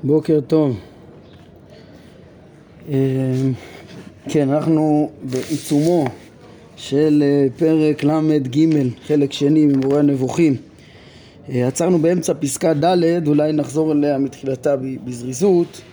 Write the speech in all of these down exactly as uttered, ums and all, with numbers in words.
בוקר טוב. כן, אנחנו בעיצומו של פרק למד ג' חלק שני ממורה הנבוכים. עצרנו באמצע פסקה ד', אולי נחזור אליה מתחילתה בזריזות.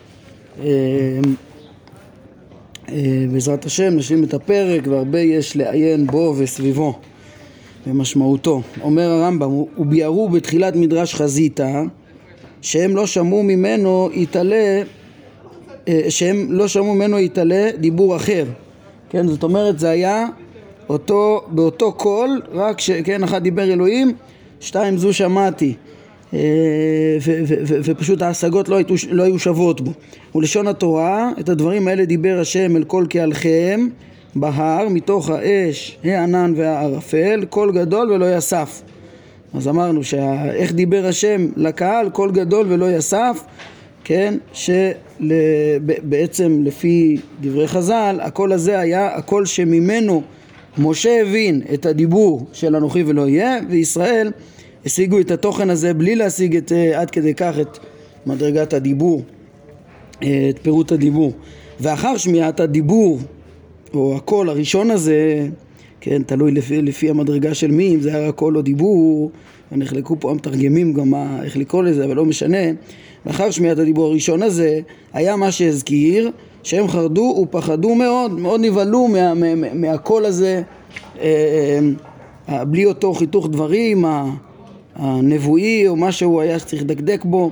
בעזרת השם נשלים את הפרק, והרבה יש לעיין בו וסביבו ומשמעותו. אומר הרמב"ם, וביארו בתחילת מדרש חזיתה שהם לא שמעו ממנו יתעלה, שהם לא שמעו ממנו יתעלה דיבור אחר. כן, זאת אומרת זה היה אותו, באותו קול, רק ש, כן, אחד דיבר אלוהים, שתיים זו שמעתי, ו, ו, ו, ופשוט ההשגות לא היו, לא היו שוות בו. ולשון התורה, את הדברים האלה דיבר השם אל כל קהלכם בהר, מתוך האש, הענן והערפל, קול גדול ולא יסף. אז אמרנו שאיך דיבר השם לקהל, קול גדול ולא יסף, כן, שבעצם לפי דברי חז"ל, הקול הזה היה הקול שממנו משה הבין את הדיבור של אנוכי ולא יהיה, וישראל השיגו את התוכן הזה בלי להשיג את, עד כדי כך את מדרגת הדיבור, את פירוט הדיבור. ואחר שמיעת הדיבור, או הקול הראשון הזה, כן, תלוי לפי, לפי המדרגה של מי, אם זה היה קול או דיבור, ונחלקו פה המתרגמים גם מה, איך לקרוא לזה, אבל לא משנה. לאחר שמיעת הדיבור הראשון הזה, היה מה שהזכיר, שהם חרדו ופחדו מאוד, מאוד נבהלו מה, מה, מה, מהקול הזה, אה, אה, בלי אותו חיתוך דברים, הנבואי, או מה שהוא היה שצריך לדקדק בו.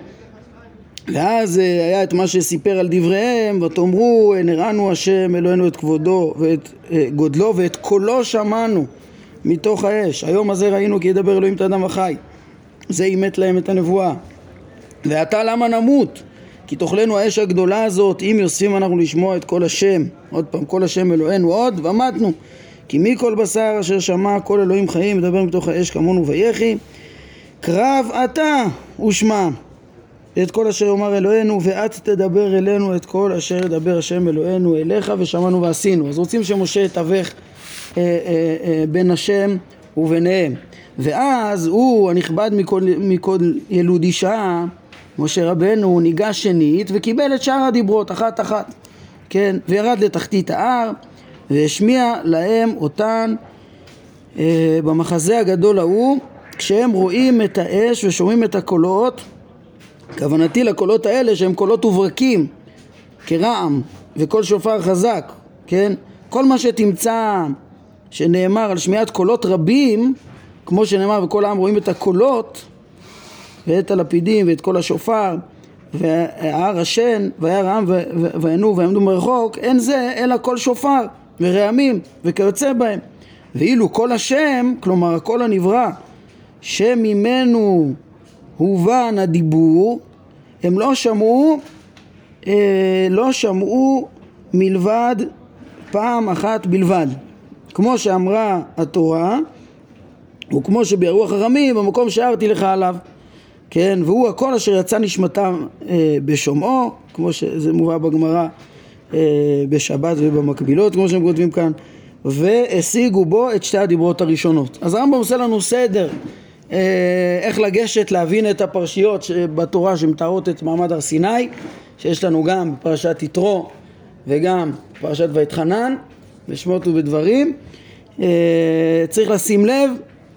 ואז היה את מה שסיפר על דבריהם, ותאמרו נראנו השם אלוהינו את כבודו ואת גודלו ואת קולו שמענו מתוך האש. היום הזה ראינו כי ידבר אלוהים את האדם החי. זה אימת להם את הנבואה. ועתה למה נמות? כי תאכלנו האש הגדולה הזאת, אם יוספים אנחנו לשמוע את קול השם. עוד פעם, קול השם אלוהינו עוד, ומתנו. כי מי כל בשר אשר שמע קול אלוהים חיים מדבר מתוך האש כמונו ויחי. קרב אתה ושמע את כל אשר יאמר אלוהינו, ואת תדבר אלינו את כל אשר ידבר השם אלוהינו אליך, ושמענו ועשינו. אז רוצים שמשה יתווך אה, אה, אה, בין השם וביניהם. ואז הוא הנכבד מכל, מכל ילוד אישה, משה רבנו, ניגש שנית וקיבל את שאר הדיברות אחת אחת, כן, וירד לתחתית ההר והשמיע להם אותן אה, במחזה הגדול ההוא, כשהם רואים את האש ושומעים את הקולות. כוונתי לקולות האלה שהם קולות וברקים כרעם וכל שופר חזק, כן? כל מה שתמצא שנאמר על שמיעת קולות רבים, כמו שנאמר וכל העם רואים את הקולות ואת הלפידים ואת כל השופר וההר השן והיה רעם וענו ועמדו מרחוק, אין זה אלא כל שופר ורעמים וכיוצא בהם. ואילו כל השם, כלומר הקול הנברא שממנו הובן הדיבור, הם לא שמעו אה, לא שמעו מלבד פעם אחת בלבד, כמו שאמרה התורה, וכמו שביארו החכמים במקום שהערתי לך עליו, כן, והוא הקול אשר יצא נשמתם אה, בשומעו, כמו שזה מובא בגמרא אה, בשבת ובמקבילות, כמו שהם כותבים כאן, והשיגו בו את שתי הדיברות הראשונות. אז הרמב"ם עושה לנו סדר איך לגשת להבין את הפרשיות בתורה שמתארות את מעמד הר סיני, שיש לנו גם בפרשת יתרו וגם בפרשת ויתחנן בשמות ובדברים. צריך לשים לב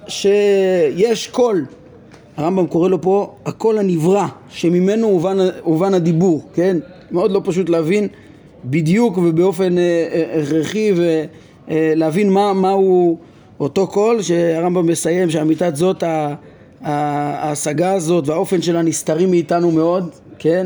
שיש קול, הרמב"ם קורא לו פה הקול הנברא שממנו הובן, הובן הדיבור, כן? מאוד לא פשוט להבין בדיוק ובאופן הכרחי ולהבין מה, מה הוא אותו קול שהרמב"ם מסיים שהאמיתת זאת ההשגה הזאת והאופן שלה נסתרים מאיתנו מאוד, כן?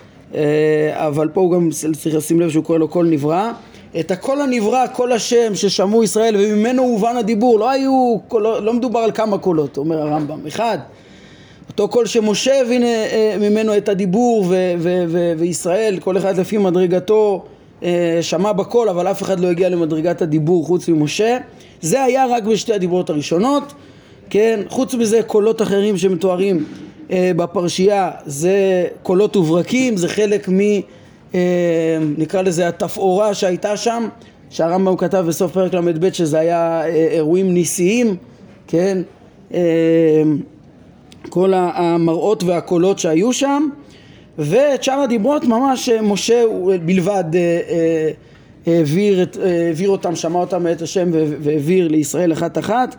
אבל פה הוא גם צריך לשים לב שהוא קורא לו קול נברא. את הקול הנברא, קול השם ששמעו ישראל וממנו הובן הדיבור, לא היו, לא, לא מדובר על כמה קולות, אומר הרמב"ם, אחד, אותו קול שמשה הבין ממנו את הדיבור ו- ו- ו- וישראל, כל אחד לפי מדרגתו שמע בקול, אבל אף אחד לא הגיע למדרגת הדיבור חוץ ממשה. זה היה רק בשתי הדיברות הראשונות, כן? חוץ מזה קולות אחרים שמתוארים אה, בפרשייה זה קולות וברקים, זה חלק מ אה, נקרא לזה התפאורה שהייתה שם, שהרמב"ם כתב בסוף פרק למד ב' שזה היה אה, אירועים ניסיים, כן? אה, כל המראות והקולות שהיו שם, ואת שאר הדיברות ממש משה בלבד העביר, העביר אותם, שמע אותם מאת השם והעביר לישראל אחת אחת,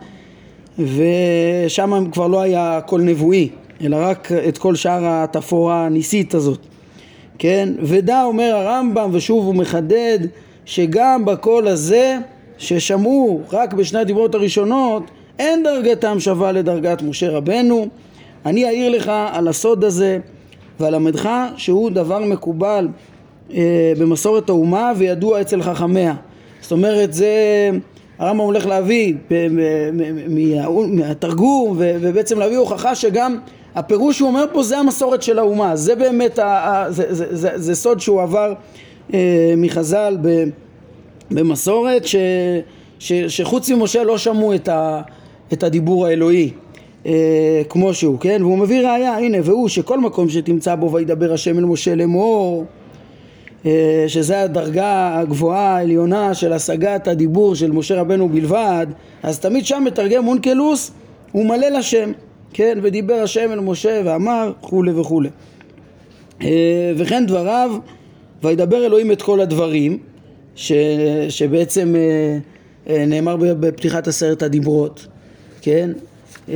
ושם כבר לא היה קול נבואי, אלא רק את כל שאר התפאורה הניסית הזאת. כן, ודע אומר הרמב"ם, ושוב הוא מחדד, שגם בקול הזה ששמעו רק בשני הדיברות הראשונות, אין דרגתם שווה לדרגת משה רבנו. אני אעיר לך על הסוד הזה ואלמדך שהוא דבר מקובל אה, במסורת האומה וידוע אצל חכמיה. זאת אומרת, זה הרמב"ם הולך להביא מהתרגום ובעצם להביא הוכחה שגם הפירוש שהוא אומר פה זה המסורת של האומה, זה באמת ה, זה, זה, זה, זה סוד שהוא עבר אה, מחז"ל במסורת ש, ש, שחוץ ממשה לא שמעו את, ה, את הדיבור האלוהי אה, כמו שהוא, כן? והוא מביא ראיה, הנה, והוא שכל מקום שתמצא בו וידבר השם אל משה לאמור, אה, שזה הדרגה הגבוהה העליונה של השגת הדיבור של משה רבנו בלבד, אז תמיד שם מתרגם אונקלוס הוא מלא לשם, כן? ודיבר השם אל משה ואמר וכו' וכו'. אה, וכן דבריו וידבר אלוהים את כל הדברים ש, שבעצם אה, אה, נאמר בפתיחת עשרת הדיברות, כן? אה,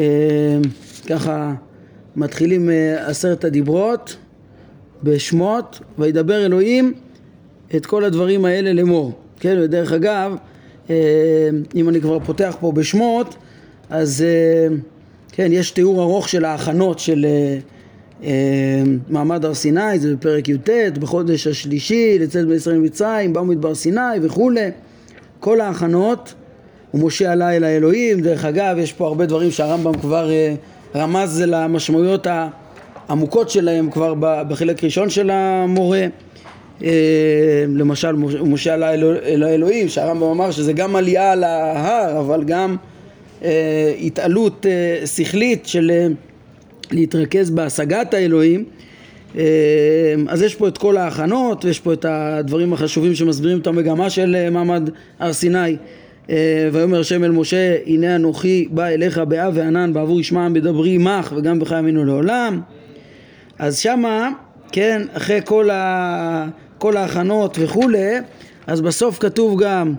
ככה מתחילים אה, עשרת הדיברות בשמות, וידבר אלוהים את כל הדברים האלה לאמור, כן? ודרך אגב, אה, אם אני כבר פותח פה בשמות, אז אה, כן, יש תיאור ארוך של ההכנות של אה, אה, מעמד הר סיני, זה בפרק י"ט, בחודש השלישי לצאת בני ישראל ממצרים, באו מדבר סיני וכו', כל ההכנות, ומשה עלה אל האלוהים. דרך אגב, יש פה הרבה דברים שהרמב"ם כבר אה, רמז למשמעויות העמוקות שלהם כבר בחלק ראשון של המורה. אה, למשל, משה עלה אל האלוהים, שהרמב"ם אמר שזה גם עלייה על ההר, אבל גם אה, התעלות אה, שכלית של אה, להתרכז בהשגת האלוהים. אה, אז יש פה את כל ההכנות, ויש פה את הדברים החשובים שמסבירים את המגמה של אה, מעמד הר סיני. ויאמר השם אל משה, הנה אנוכי בא אליך באב וענן בעבור ישמעם בדברי עמך וגם בך יאמינו לעולם. אז שמה, כן, אחרי כל, ה... כל ההכנות וכולי, אז בסוף כתוב גם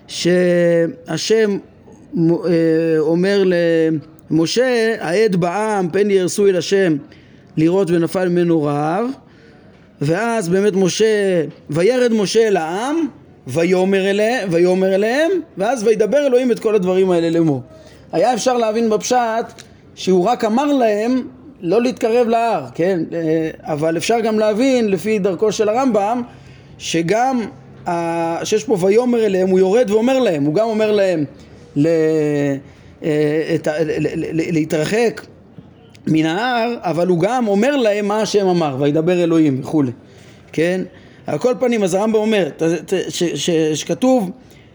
שהשם אומר למשה, העד בעם פן ירסו אל השם לראות ונפל ממנו רעב. ואז באמת משה, וירד משה אל העם ויאמר אליהם, ויאמר אליהם, ואז וידבר אלוהים את כל הדברים האלה לאמור. היה אפשר להבין בפשט שהוא רק אמר להם לא להתקרב להר, כן? אבל אפשר גם להבין לפי דרכו של הרמב"ם שגם שיש פה ויאמר אליהם, הוא יורד ואומר להם, הוא גם אומר להם ל... את... להתרחק מן ההר, אבל הוא גם אומר להם מה השם אמר, וידבר אלוהים וכו', כן? על כל פנים, אז הרמב"ם אומר שכתוב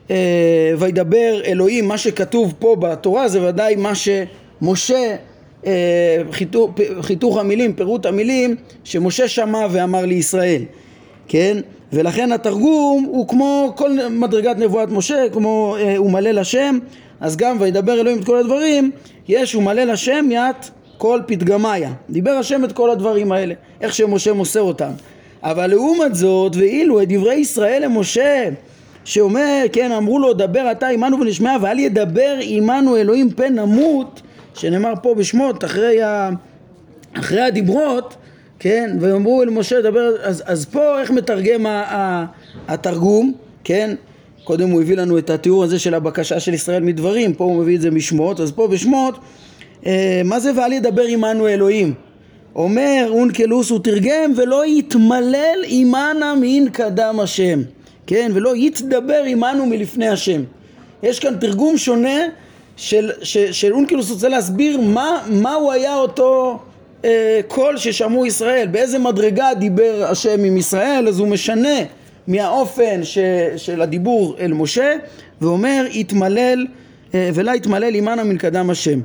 וידבר אלוהים, מה שכתוב פה בתורה זה ודאי מה שמשה, חיתוך, חיתוך המילים, פירוט המילים שמשה שמע ואמר לישראל, כן? ולכן התרגום הוא כמו כל מדרגת נבואת משה, כמו הוא מלא לשם, אז גם וידבר אלוהים את כל הדברים, יש הוא מלא לשם ית כל פתגמיה, דיבר השם את כל הדברים האלה, איך שמשה מוסר אותם. אבל לעומת זאת, ואילו את דברי ישראל למשה, שאומר, כן, אמרו לו, דבר אתה עמנו ונשמע, ואל ידבר עמנו אלוהים פן נמות, שנאמר פה בשמות, אחרי, ה... אחרי הדיברות, כן, ואמרו אל משה, דבר, אז, אז פה איך מתרגם ה... ה... התרגום, כן, קודם הוא הביא לנו את התיאור הזה של הבקשה של ישראל מדברים, פה הוא מביא את זה משמות, אז פה בשמות, אה, מה זה ואל ידבר עמנו אלוהים? אומר אונקלוס, הוא תרגם ולא יתמלל עמנה מן קדם השם, כן, ולא יתדבר עמנו מלפני השם. יש כאן תרגום שונה של, של, של אונקלוס רוצה להסביר מה, מה הוא היה אותו אה, קול ששמעו ישראל, באיזה מדרגה דיבר השם עם ישראל, אז הוא משנה מהאופן ש, של הדיבור אל משה, ואומר יתמלל אה, ולא יתמלל עמנה מן קדם השם.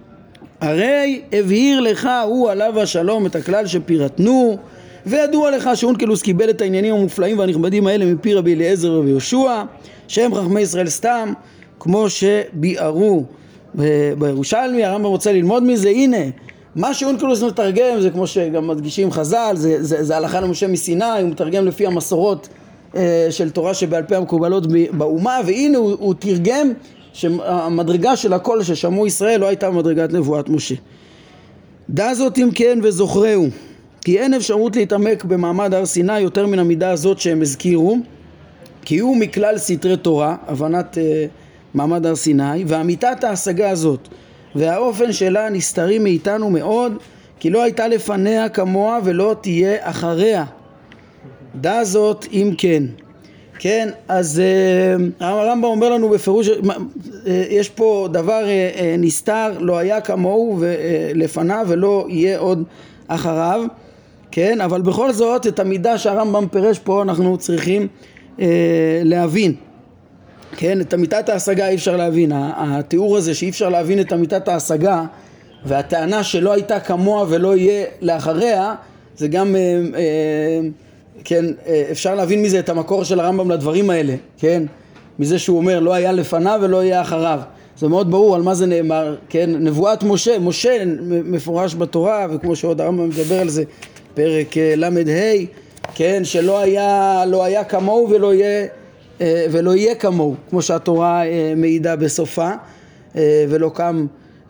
הרי הבהיר לך הוא עליו השלום את הכלל שפירטנו, וידוע לך שאונקלוס קיבל את העניינים המופלאים והנכבדים האלה מפי רבי אליעזר ויהושע, שהם חכמי ישראל סתם, כמו שביארו בירושלמי. הרמב"ם רוצה ללמוד מזה, הנה מה שאונקלוס מתרגם זה כמו שגם מדגישים חז"ל, זה, זה, זה הלכה למשה מסיני, הוא מתרגם לפי המסורות אה, של תורה שבעל פה המקובלות באומה, והנה הוא, הוא תרגם שהמדרגה של הכל ששמעו ישראל לא הייתה מדרגת נבואת משה. דע זאת אם כן וזוכרהו, כי אין אפשרות להתעמק במעמד הר סיני יותר מן המידה הזאת שהם הזכירו, כי הוא מכלל סתרי תורה, הבנת אה, מעמד הר סיני, ואמיתת ההשגה הזאת והאופן שלה נסתרים מאיתנו מאוד, כי לא הייתה לפניה כמוה ולא תהיה אחריה. דע זאת אם כן. כן, אז uh, הרמב"ם אומר לנו בפירוש, uh, יש פה דבר uh, uh, נסתר, לא היה כמוהו ולפניו ולא יהיה עוד אחריו, כן, אבל בכל זאת את המידה שהרמב"ם פירש פה אנחנו צריכים uh, להבין. כן, את אמיתת ההשגה אי אפשר להבין, התיאור הזה שאי אפשר להבין את אמיתת ההשגה והטענה שלא הייתה כמוה ולא יהיה לאחריה, זה גם, אה, אה, כן, אפשר להבין מזה את המקור של הרמב"ם לדברים האלה, כן, מזה שהוא אומר לא היה לפניו ולא יהיה אחריו, זה מאוד ברור על מה זה נאמר, כן, נבואת משה, משה מפורש בתורה, וכמו שעוד הרמב"ם מדבר על זה, פרק למד ה', כן, שלא היה, לא היה כמוהו ולא יהיה ולא יהיה כמוהו, כמו שהתורה מעידה בסופה, ולא קם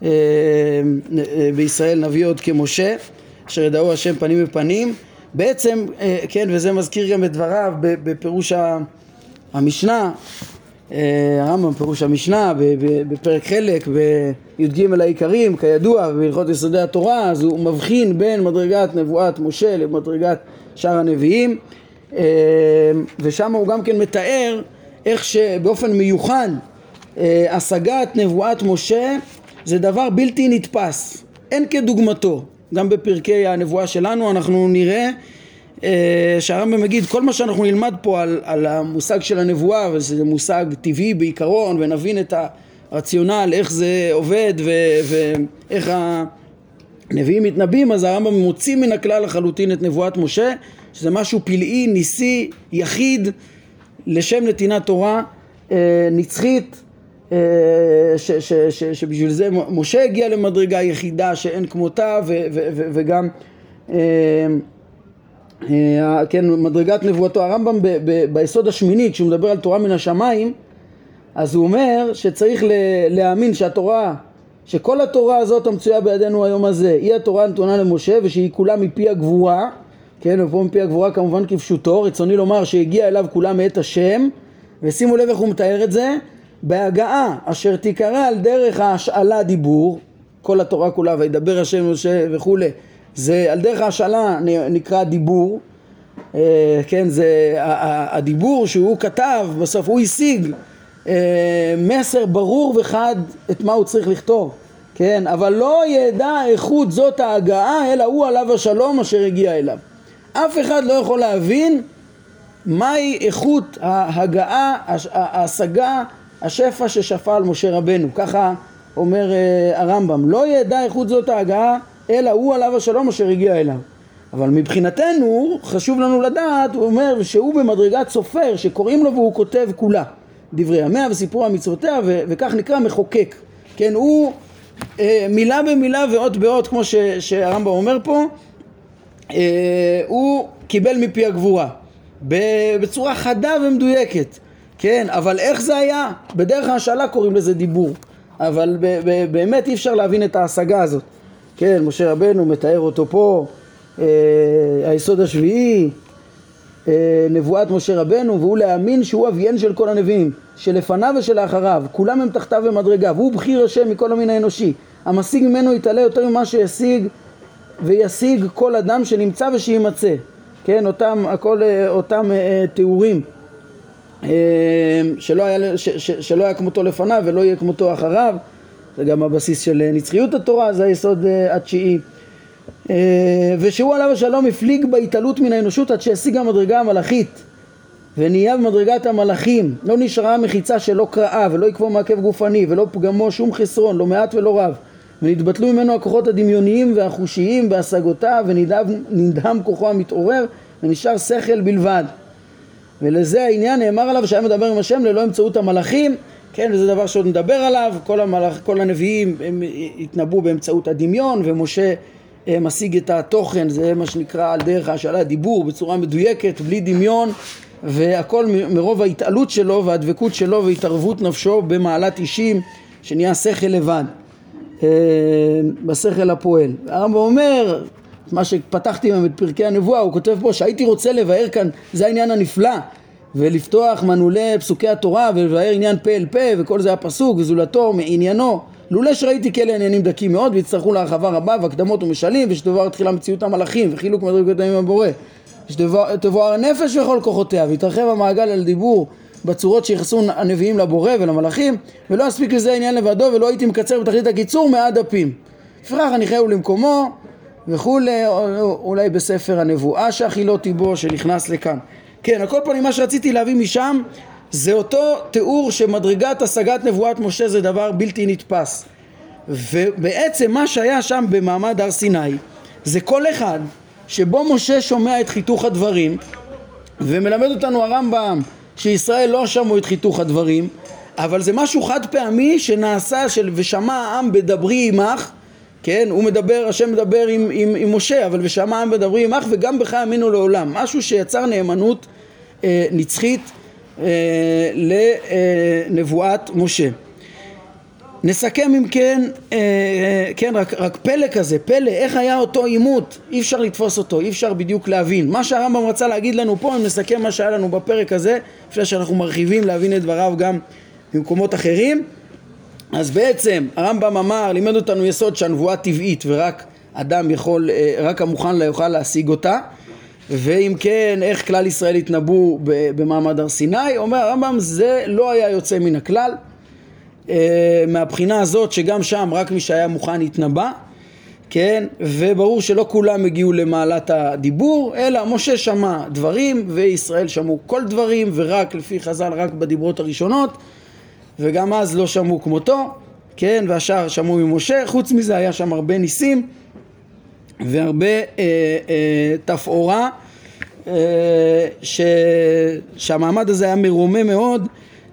בישראל נביא עוד כמשה, אשר ידעו השם פנים בפנים. בעצם, כן, וזה מזכיר גם את דבריו בפירוש המשנה, הרמב"ם פירוש המשנה בפרק חלק בי"ג העיקרים, כידוע בהלכות יסודי התורה, אז הוא מבחין בין מדרגת נבואת משה למדרגת שאר הנביאים, ושם הוא גם כן מתאר איך שבאופן מיוחד השגת נבואת משה זה דבר בלתי נתפס, אין כדוגמתו. גם בפרקי הנבואה שלנו אנחנו נראה שהרמב"ם מגיד כל מה שאנחנו נלמד פה על, על המושג של הנבואה, וזה מושג טבעי בעיקרון, ונבין את הרציונל איך זה עובד ו, ואיך הנביאים מתנבאים, אז הרמב"ם מוציא מן הכלל לחלוטין את נבואת משה, שזה משהו פלאי, ניסי, יחיד, לשם נתינת תורה אה, נצחית, אה, ש, ש, ש, שבשביל זה משה הגיע למדרגה יחידה שאין כמותה, ו, ו, ו, וגם אה, אה, כן, מדרגת נבואתו. הרמב"ם ב, ב, ביסוד השמיני, כשהוא מדבר על תורה מן השמיים, אז הוא אומר שצריך ל, להאמין שהתורה, שכל התורה הזאת המצויה בידינו היום הזה, היא התורה הנתונה למשה, ושהיא כולה מפי הגבורה, כן, ופה מפי הגבורה כמובן כפשוטו, רצוני לומר שהגיע אליו כולה מאת השם, ושימו לב איך הוא מתאר את זה, בהגעה אשר תיקרא על דרך ההשאלה דיבור, כל התורה כולה וידבר השם משה וכו', זה על דרך ההשאלה נקרא דיבור, כן, זה הדיבור שהוא כתב, בסוף הוא השיג מסר ברור וחד את מה הוא צריך לכתוב, כן, אבל לא ידע איכות זאת ההגעה אלא הוא עליו השלום אשר הגיע אליו. אף אחד לא יכול להבין מהי איכות ההגעה, ההשגה, השפע ששפע על משה רבנו. ככה אומר הרמב"ם, לא ידע איכות זאת ההגעה אלא הוא עליו השלום אשר הגיע אליו. אבל מבחינתנו חשוב לנו לדעת, הוא אומר שהוא במדרגת סופר שקוראים לו והוא כותב כולה, דברי ימיה וסיפור המצוותיה, ו- וכך נקרא מחוקק, כן, הוא אה, מילה במילה ואות באות, כמו ש- שהרמב"ם אומר פה, אה, הוא קיבל מפי הגבורה בצורה חדה ומדויקת, כן, אבל איך זה היה? בדרך ההשאלה קוראים לזה דיבור, אבל ב- ב- באמת אי אפשר להבין את ההשגה הזאת, כן, משה רבנו מתאר אותו פה, אה, היסוד השביעי, אה, נבואת משה רבנו, והוא להאמין שהוא אביין של כל הנביאים, שלפניו ושלאחריו, כולם הם תחתיו ומדרגה, והוא בחיר השם מכל המין האנושי, המשיג ממנו יתעלה יותר ממה שישיג וישיג כל אדם שנמצא ושימצא, כן, אותם, הכל, אותם אה, תיאורים אה, שלא היה, ש, ש, שלא היה כמותו לפניו ולא יהיה כמותו אחריו, זה גם הבסיס של נצחיות התורה, זה היסוד אה, התשיעי, אה, ושהוא עליו השלום הפליג בהתעלות מן האנושות עד שהשיג המדרגה המלאכית ונהיה במדרגת המלאכים, לא נשארה מחיצה שלא קראה ולא יקבו מעכב גופני ולא פגמו שום חסרון, לא מעט ולא רב, ונתבטלו ממנו הכוחות הדמיוניים והחושיים בהשגותיו, ונדהם כוחו המתעורר ונשאר שכל בלבד. ולזה העניין נאמר עליו שהיה מדבר עם השם ללא אמצעות המלאכים, כן, וזה דבר שעוד נדבר עליו, כל, המלאך, כל הנביאים הם התנבאו באמצעות הדמיון, ומשה משיג את התוכן, זה מה שנקרא על דרך השאלה דיבור, בצורה מדויקת, בלי דמיון, והכל מרוב ההתעלות שלו והדבקות שלו והתערבות נפשו במעלת אישים, שנהיה שכל לבד, בשכל הפועל. הרמב"ם אומר, מה שפתחתי עם את פרקי הנבואה, הוא כותב פה שהייתי רוצה לבאר כאן, זה העניין הנפלא, ולפתוח מנעולי פסוקי התורה ולבאר עניין פה אל פה, וכל זה הפסוק וזולתו מעניינו, לולא שראיתי כאלה עניינים דקים מאוד והצטרכו להרחבה רבה והקדמות ומשלים, ושתבואר תחילה מציאות המלאכים וחילוק מדרגות הימים הבורא, שתבואר הנפש וכל כוחותיה, והתרחב המעגל על דיבור בצורות שיחסו הנביאים לבורא ולמלאכים, ולא אספיק לזה עניין לבדו, ולא הייתי מקצר בתכלית הקיצור מאה דפים. לפיכך אני חייב למקומו וכולי, אולי בספר הנבואה שהחילותי בו שנכנס לכאן. כן, הכל פעמים מה שרציתי להביא משם זה אותו תיאור שמדרגת השגת נבואת משה זה דבר בלתי נתפס, ובעצם מה שהיה שם במעמד הר סיני זה כל אחד שבו משה שומע את חיתוך הדברים, ומלמד אותנו הרמב"ם שישראל לא שמעו את חיתוך הדברים, אבל זה משהו חד פעמי שנעשה של ושמע העם בדברי עמך, כן, הוא מדבר, השם מדבר עם, עם, עם משה, אבל ושמע העם בדברי עמך וגם בך אמינו לעולם, משהו שיצר נאמנות אה, נצחית אה, לנבואת משה. נסכם אם כן, אה, כן רק, רק פלא כזה, פלא, איך היה אותו עימות, אי אפשר לתפוס אותו, אי אפשר בדיוק להבין. מה שהרמב"ם רצה להגיד לנו פה, אם נסכם מה שהיה לנו בפרק הזה, אפשר שאנחנו מרחיבים להבין את דבריו גם במקומות אחרים. אז בעצם הרמב"ם אמר, לימד אותנו יסוד שהנבואה טבעית ורק אדם יכול, רק המוכן לה יוכל להשיג אותה, ואם כן, איך כלל ישראל התנבאו במעמד הר סיני, אומר הרמב"ם זה לא היה יוצא מן הכלל, מהבחינה הזאת שגם שם רק מי שהיה מוכן התנבא, כן, וברור שלא כולם הגיעו למעלת הדיבור, אלא משה שמע דברים וישראל שמעו כל דברים, ורק לפי חז"ל רק בדיברות הראשונות, וגם אז לא שמעו כמותו, כן, והשאר שמעו ממשה. חוץ מזה היה שם הרבה ניסים והרבה אה, אה, תפאורה, אה, ש... שהמעמד הזה היה מרומם מאוד,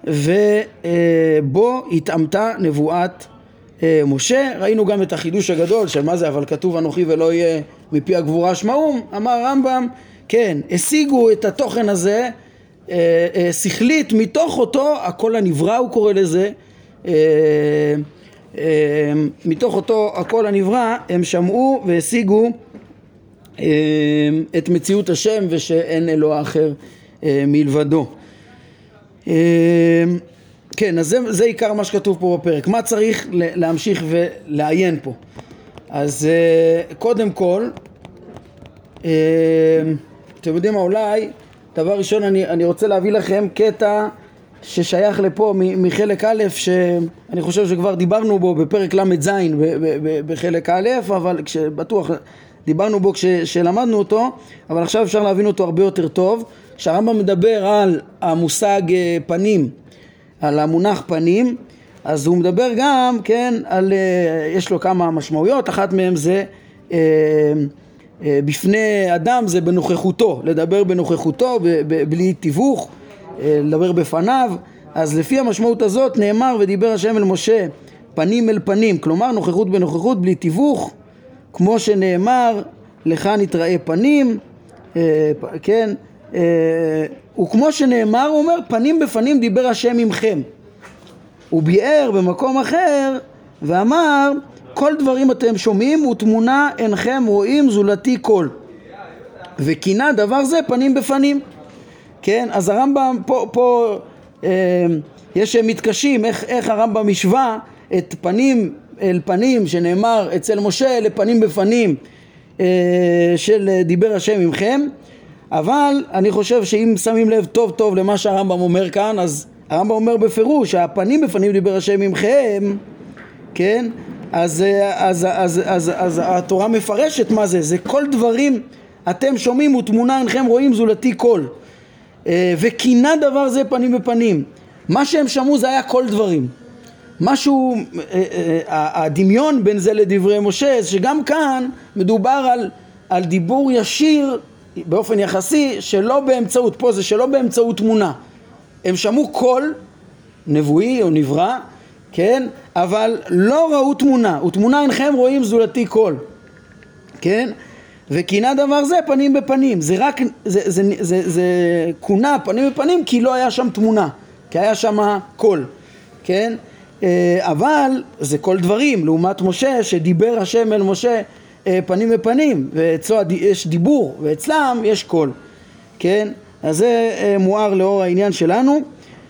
ובו התאמתה נבואת אה, משה. ראינו גם את החידוש הגדול של מה זה אבל כתוב אנוכי ולא יהיה מפי הגבורה שמעום. אמר הרמב"ם, כן, השיגו את התוכן הזה שכלית מתוך אותו הכל הנברא, הוא קורא לזה, מתוך אותו הכל הנברא הם שמעו והשיגו את מציאות השם ושאין אלוה אחר מלבדו. כן, אז זה, זה עיקר מה שכתוב פה בפרק. מה צריך להמשיך ולעיין פה? אז קודם כל, אתם יודעים מה, אולי דבר ראשון אני, אני רוצה להביא לכם קטע ששייך לפה מחלק א', שאני חושב שכבר דיברנו בו בפרק למד זין בחלק א', אבל כשבטוח דיברנו בו כשלמדנו אותו, אבל עכשיו אפשר להבין אותו הרבה יותר טוב. כשהרמב"ם מדבר על המושג פנים, על המונח פנים, אז הוא מדבר גם, כן, על, יש לו כמה משמעויות, אחת מהם זה בפני אדם, זה בנוכחותו, לדבר בנוכחותו בלי תיווך, לדבר בפניו. אז לפי המשמעות הזאת נאמר ודיבר השם אל משה פנים אל פנים, כלומר נוכחות בנוכחות בלי תיווך, כמו שנאמר לך נתראה פנים, כן, וכמו שנאמר, הוא אומר פנים בפנים דיבר השם עמכם. הוא ביאר במקום אחר ואמר כל דברים אתם שומעים ותמונה אינכם רואים זולתי כל, וכינה דבר זה פנים בפנים. כן, אז הרמב"ם פה, פה אה, יש מתקשים איך, איך הרמב"ם משווה את פנים אל פנים שנאמר אצל משה לפנים בפנים אה, של דיבר השם עמכם. אבל אני חושב שאם שמים לב טוב טוב למה שהרמב"ם אומר כאן, אז הרמב"ם אומר בפירוש שהפנים בפנים דיבר השם עמכם, כן, אז, אז, אז, אז, אז התורה מפרשת מה זה, זה כל דברים אתם שומעים ותמונה אינכם רואים זולתי כל, וכינה דבר זה פנים בפנים. מה שהם שמעו זה היה כל דברים, משהו, הדמיון בין זה לדברי משה, שגם כאן מדובר על, על דיבור ישיר באופן יחסי, שלא באמצעות, פה זה שלא באמצעות תמונה, הם שמעו קול נבואי או נברא, כן? אבל לא ראו תמונה, ותמונה אינכם רואים זולתי כל, כן? וכינה דבר זה פנים בפנים, זה רק, זה, זה, זה, זה, זה כונה פנים בפנים כי לא היה שם תמונה, כי היה שם קול, כן? אבל זה כל דברים, לעומת משה שדיבר השם אל משה פנים בפנים, ואצלו יש דיבור ואצלם יש קול, כן? אז זה מואר לאור העניין שלנו.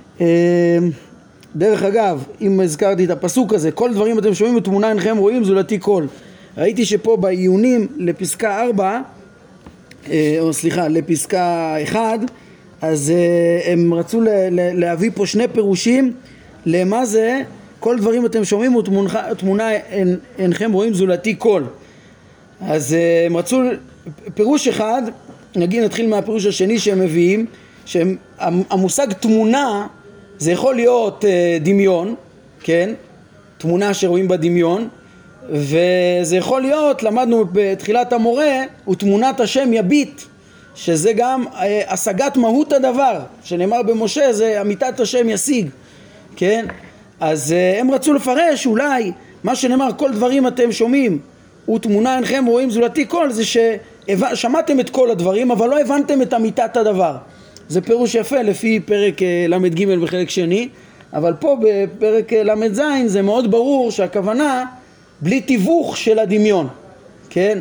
דרך אגב, אם הזכרתי את הפסוק הזה, כל דברים אתם שומעים ותמונה אינכם רואים זולתי קול, ראיתי שפה בעיונים לפסקה ארבע, או סליחה, לפסקה אחד, אז הם רצו להביא פה שני פירושים למה זה כל דברים אתם שומעים ותמונה אינכם רואים זולתי קול. אז הם רצו פירוש אחד, נגיד נתחיל מהפירוש השני שהם מביאים, שהמושג תמונה זה יכול להיות דמיון, כן? תמונה שרואים בדמיון, וזה יכול להיות, למדנו בתחילת המורה, ותמונת השם יביט, שזה גם השגת מהות הדבר, שנאמר במשה זה אמיתת השם ישיג, כן? אז הם רצו לפרש אולי מה שנאמר כל דברים אתם שומעים ותמונה אינכם רואים זולתי כל, זה ששמעתם את כל הדברים אבל לא הבנתם את אמיתת הדבר. זה פירוש יפה לפי פרק למד ג' בחלק שני, אבל פה בפרק למד ז' זה מאוד ברור שהכוונה בלי תיווך של הדמיון, כן?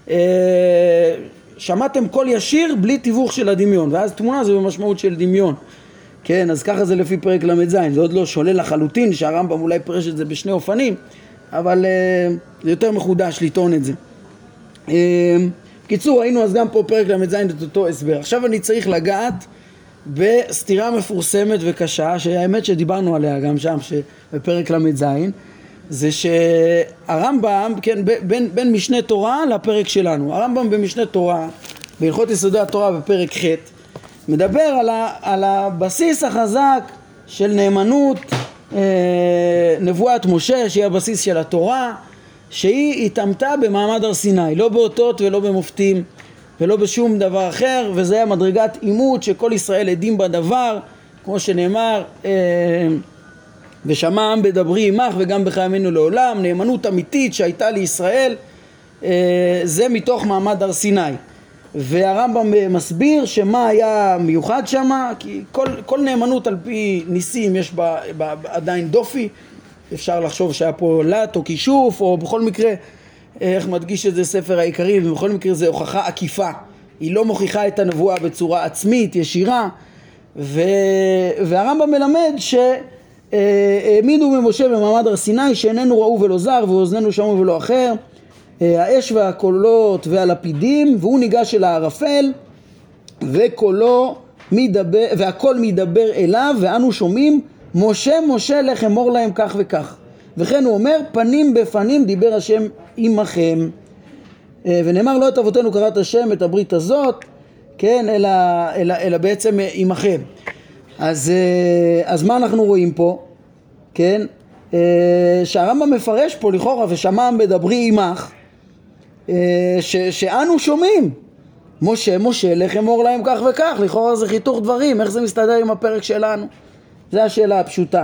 שמעתם קול ישיר בלי תיווך של הדמיון, ואז תמונה זה במשמעות של דמיון, כן? אז ככה זה לפי פרק למד ז', זה עוד לא שולל לחלוטין שהרמב"ם אולי פרש את זה בשני אופנים, אבל זה יותר מחודש לטעון את זה. בקיצור, היינו אז גם פה פרק למד ז' את אותו הסבר. עכשיו אני צריך לגעת בסתירה מפורסמת וקשה, שהאמת שדיברנו עליה גם שם בפרק למד ז', זה שהרמב"ם, כן, בין, בין משנה תורה לפרק שלנו, הרמב"ם במשנה תורה, בהלכות יסודי התורה בפרק ח', מדבר על, ה, על הבסיס החזק של נאמנות אה, נבואת משה, שהיא הבסיס של התורה, שהיא התאמתה במעמד הר סיני, לא באותות ולא במופתים ולא בשום דבר אחר, וזה היה מדרגת אימות שכל ישראל עדים בדבר, כמו שנאמר, אה, ושמע העם בדברי עמך וגם בך ימינו לעולם, נאמנות אמיתית שהייתה לישראל, אה, זה מתוך מעמד הר סיני. והרמב"ם מסביר שמה היה מיוחד שמה, כי כל, כל נאמנות על פי ניסים יש בה, בה עדיין דופי, אפשר לחשוב שהיה פה לט או כישוף, או בכל מקרה, איך מדגיש את זה ספר העיקרים, ובכל מקרה זה הוכחה עקיפה, היא לא מוכיחה את הנבואה בצורה עצמית, ישירה, ו... והרמב"ם מלמד שהעמידו ממשה במעמד הר סיני, שאיננו ראו ולא זר, ואוזננו שמעו ולא אחר, האש והקולות והלפידים, והוא ניגש אל הערפל, וקולו מדבר, והקול מדבר אליו, ואנו שומעים, משה משה לך אמור להם כך וכך. וכן הוא אומר, פנים בפנים דיבר השם עמכם. ונאמר, לא את אבותינו קראת השם את הברית הזאת, כן, אלא, אלא, אלא בעצם עמכם. אז, אז מה אנחנו רואים פה? כן, שהרמב"ם מפרש פה לכאורה, ושמעם בדברי עמך, ש, שאנו שומעים, משה משה לך אמור להם כך וכך, לכאורה זה חיתוך דברים, איך זה מסתדר עם הפרק שלנו? זו השאלה הפשוטה.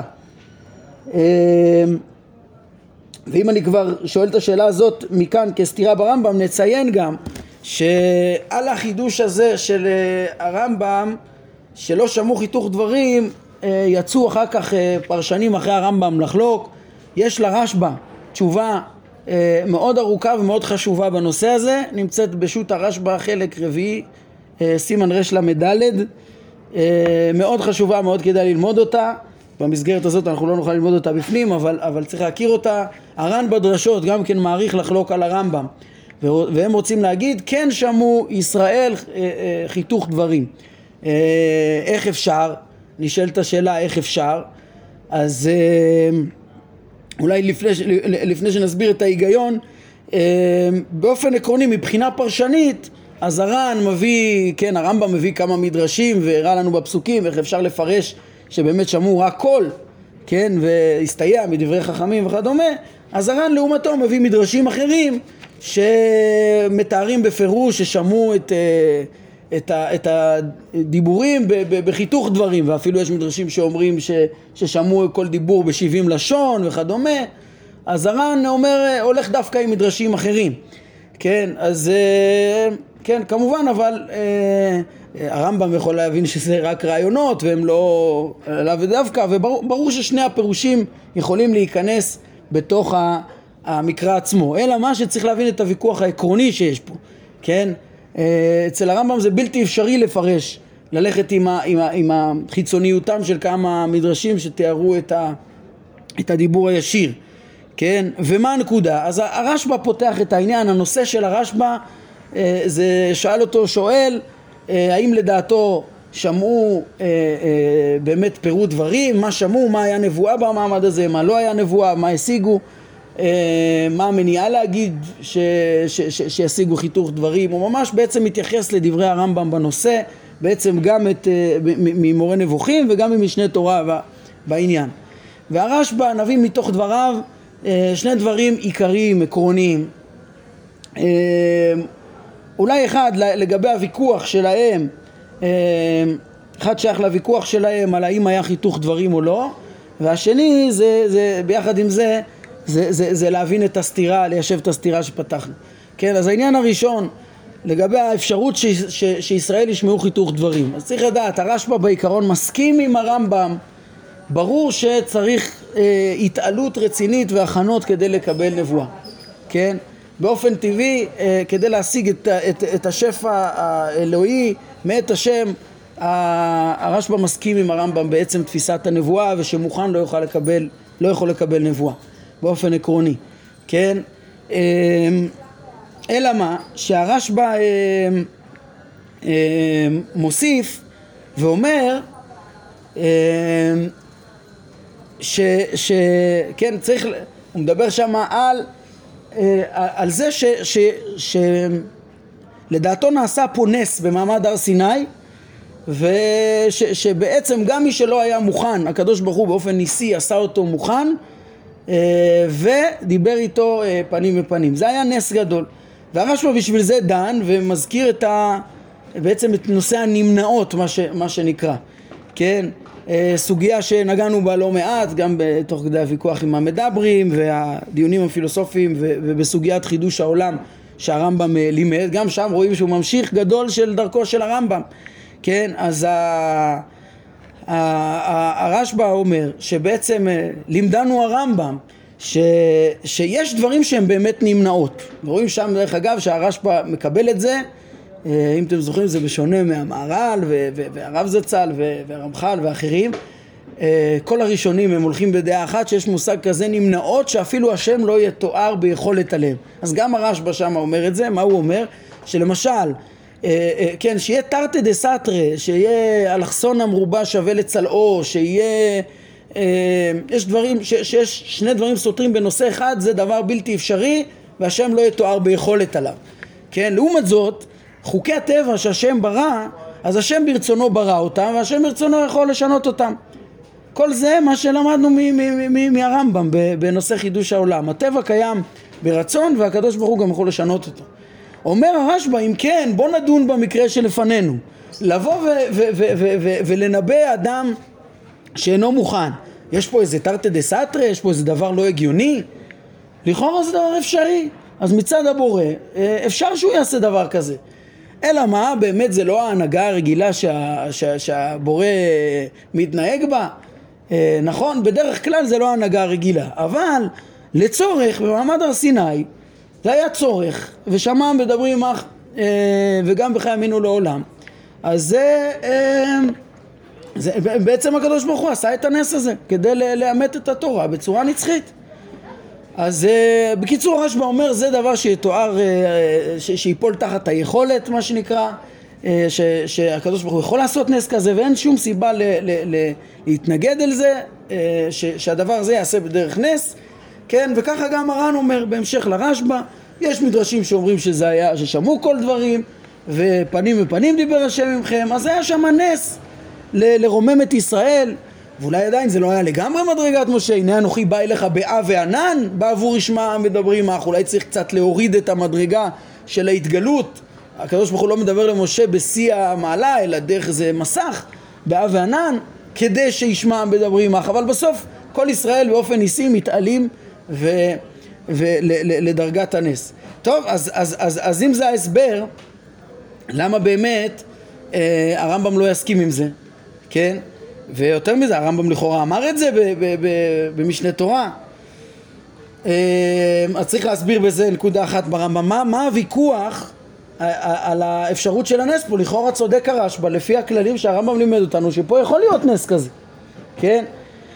ואם אני כבר שואל את השאלה הזאת מכאן כסתירה ברמב"ם, נציין גם שעל החידוש הזה של הרמב"ם, שלא שמעו חיתוך דברים, יצאו אחר כך פרשנים אחרי הרמב"ם לחלוק. יש לרשב"א תשובה מאוד ארוכה ומאוד חשובה בנושא הזה, נמצאת בשו"ת הרשב"א חלק רביעי, סימן רש למדלת, מאוד חשובה, מאוד כדאי ללמוד אותה. במסגרת הזאת אנחנו לא נוכל ללמוד אותה בפנים, אבל, אבל צריך להכיר אותה. הר"ן בדרשות גם כן מעריך לחלוק על הרמב"ם, והם רוצים להגיד, כן שמעו ישראל חיתוך דברים. איך אפשר? נשאלת השאלה איך אפשר. אז אולי לפני, לפני שנסביר את ההיגיון, באופן עקרוני מבחינה פרשנית, אז הר"ן מביא, כן, הרמב"ם מביא כמה מדרשים והראה לנו בפסוקים איך אפשר לפרש שבאמת שמעו רק קול, כן, והסתייע מדברי חכמים וכדומה. אז הר"ן לעומתו מביא מדרשים אחרים שמתארים בפירוש ששמעו את, את, ה, את הדיבורים ב, ב, בחיתוך דברים, ואפילו יש מדרשים שאומרים ש, ששמעו כל דיבור ב-שבעים לשון וכדומה. אז הר"ן אומר, הולך דווקא עם מדרשים אחרים, כן, אז כן, כמובן, אבל הרמב"ם יכול להבין שזה רק רעיונות והם לא עליו דווקא, וברור ששני הפירושים יכולים להיכנס בתוך המקרא עצמו, אלא מה שצריך להבין את הוויכוח העקרוני שיש פה, כן, אצל הרמב"ם זה בלתי אפשרי לפרש, ללכת עם, ה, עם, ה, עם החיצוניותם של כמה מדרשים שתיארו את, ה, את הדיבור הישיר, כן, ומה הנקודה? אז הרשב"א פותח את העניין, הנושא של הרשב"א, זה שאל אותו שואל, האם לדעתו שמעו באמת פירוט דברים, מה שמעו, מה היה נבואה במעמד הזה, מה לא היה נבואה, מה השיגו, מה המניעה להגיד ש, ש, ש, שישיגו חיתוך דברים. הוא ממש בעצם מתייחס לדברי הרמב"ם בנושא, בעצם גם את, ממורה נבוכים וגם ממשנה תורה בעניין. והרשב"א נביא מתוך דבריו שני דברים עיקריים, עקרוניים. אולי אחד לגבי הוויכוח שלהם, אחד שייך לוויכוח שלהם על האם היה חיתוך דברים או לא, והשני זה, זה ביחד עם זה, זה, זה, זה להבין את הסתירה, ליישב את הסתירה שפתחנו. כן, אז העניין הראשון לגבי האפשרות ש, ש, שישראל ישמעו חיתוך דברים. אז צריך לדעת, הרשב"א בעיקרון מסכים עם הרמב"ם, ברור שצריך אה, התעלות רצינית והכנות כדי לקבל נבואה, כן? באופן טבעי, אה, כדי להשיג את, את, את השפע האלוהי מאת השם, הרשב"א מסכים עם הרמב"ם בעצם תפיסת הנבואה, ושמוכן לא יוכל לקבל, לא יכול לקבל נבואה, באופן עקרוני, כן? אה, אלא מה? שהרשב"א אה, אה, מוסיף ואומר, אה, ש, ש, כן, צריך, הוא מדבר שם על, על זה ש, ש, ש, לדעתו נעשה פה נס במעמד הר סיני, ושבעצם גם מי שלא היה מוכן, הקדוש ברוך הוא באופן ניסי עשה אותו מוכן, ודיבר איתו פנים בפנים. זה היה נס גדול. והרשב"א בשביל זה דן ומזכיר את ה, בעצם את נושא הנמנעות, מה, ש, מה שנקרא, כן? סוגיה שנגענו בה לא מעט, גם בתוך כדי הוויכוח עם המדברים והדיונים הפילוסופיים, ובסוגיית חידוש העולם שהרמב"ם לימד, גם שם רואים שהוא ממשיך גדול של דרכו של הרמב"ם, כן? אז הרשב"א אומר שבעצם לימדנו הרמב"ם ש, שיש דברים שהם באמת נמנעות, ורואים שם דרך אגב שהרשב"א מקבל את זה, אם אתם זוכרים זה בשונה מהמהר"ל והרב זצ"ל והרמח"ל ואחרים, כל הראשונים הם הולכים בדעה אחת שיש מושג כזה נמנעות שאפילו השם לא יתואר ביכולת עליהם. אז גם הרשב"א שם אומר את זה. מה הוא אומר? שלמשל כן, שיהיה תרתי דסתרי, שיהיה אלכסון המרובע שווה לצלעו, שיהיה יש דברים, שיש שני דברים סותרים בנושא אחד, זה דבר בלתי אפשרי והשם לא יתואר ביכולת עליו, כן? לעומת זאת חוקי הטבע שהשם ברא, אז השם ברצונו ברא אותם, והשם ברצונו יכול לשנות אותם. כל זה מה שלמדנו מהרמב"ם בנושא חידוש העולם. הטבע קיים ברצון, והקדוש ברוך הוא גם יכול לשנות אותו. אומר הרשב"א, אם כן, בוא נדון במקרה שלפנינו. לבוא ולנבא אדם שאינו מוכן. יש פה איזה תרתי דסתרי, יש פה איזה דבר לא הגיוני. לכאורה זה דבר אפשרי. אז מצד הבורא, אפשר שהוא יעשה דבר כזה. אלא מה, באמת זה לא ההנהגה הרגילה שה, שה, שהבורא מתנהג בה? אה, נכון, בדרך כלל זה לא ההנהגה הרגילה, אבל לצורך, במעמד הר סיני, זה היה צורך, ושמם מדברים אך, אה, וגם בחיי ימינו לעולם. אז זה, אה, זה, בעצם הקדוש ברוך הוא עשה את הנס הזה, כדי לאמת את התורה בצורה נצחית. אז uh, בקיצור הרשב"א אומר זה דבר שיתואר, uh, ש- שיפול תחת היכולת מה שנקרא, uh, ש- שהקדוש ברוך הוא יכול לעשות נס כזה ואין שום סיבה ל- ל- ל- להתנגד אל זה, uh, ש- שהדבר הזה יעשה בדרך נס, כן? וככה גם הר"ן אומר בהמשך לרשב"א, יש מדרשים שאומרים שזה היה, ששמעו כל דברים ופנים ופנים דיבר השם ממכם, אז היה שם נס ל- לרומם את ישראל, ואולי עדיין זה לא היה לגמרי מדרגת משה, הנה אנוכי בא אליך באה וענן, בעבור ישמע מדברים אך, אולי צריך קצת להוריד את המדרגה של ההתגלות הקדוש ברוך הוא לא מדבר למשה בשיא המעלה, אלא דרך איזה מסך, באב וענן, כדי שישמע מדברים עמך, אבל בסוף כל ישראל באופן ניסי מתעלים ולדרגת הנס. טוב, אז, אז, אז, אז אם זה ההסבר, למה באמת אה, הרמב"ם לא יסכים עם זה, כן? ויותר מזה, הרמב"ם לכאורה אמר את זה ב- ב- ב- במשנה תורה. אה, אז צריך להסביר בזה נקודה אחת ברמב"ם, מה, מה הוויכוח על האפשרות של הנס פה. לכאורה צודק הרשב"א, לפי הכללים שהרמב"ם לימד אותנו, שפה יכול להיות נס כזה, כן?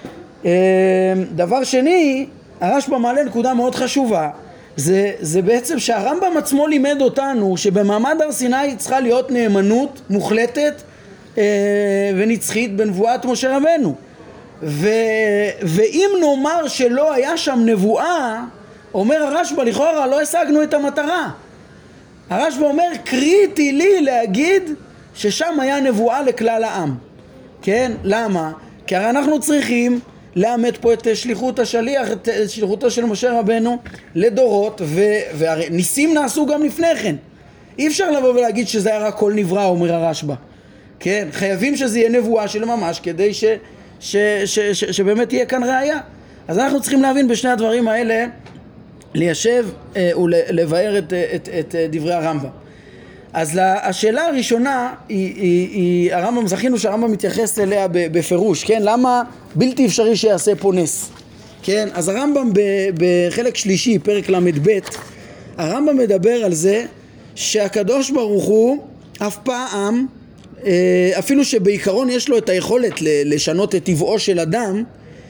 דבר שני, הרשב"א מעלה נקודה מאוד חשובה, זה, זה בעצם שהרמב"ם עצמו לימד אותנו שבמעמד הר סיני צריכה להיות נאמנות מוחלטת ונצחית בנבואת משה רבנו, ו, ואם נאמר שלא היה שם נבואה, אומר הרשב"א, לכאורה לא השגנו את המטרה. הרשב"א אומר, קריטי לי להגיד ששם היה נבואה לכלל העם. כן? למה? כי הרי אנחנו צריכים לאמת פה את שליחות השליח, את שליחותו של משה רבנו לדורות, והרי ניסים נעשו גם לפני כן. אי אפשר לבוא ולהגיד שזה היה רק כל נברא, אומר הרשב"א. כן? חייבים שזה יהיה נבואה של ממש, כדי ש, ש, ש, ש, שבאמת יהיה כאן ראיה. אז אנחנו צריכים להבין בשני הדברים האלה, ליישב אה, ולבאר את, את, את, את דברי הרמב"ם. אז השאלה הראשונה היא, היא, היא הרמב"ם, זכינו שהרמב"ם מתייחס אליה בפירוש, כן? למה בלתי אפשרי שיעשה פה נס? כן? אז הרמב"ם בחלק שלישי, פרק למד ב', הרמב"ם מדבר על זה שהקדוש ברוך הוא אף פעם, אפילו שבעיקרון יש לו את היכולת לשנות את טבעו של אדם,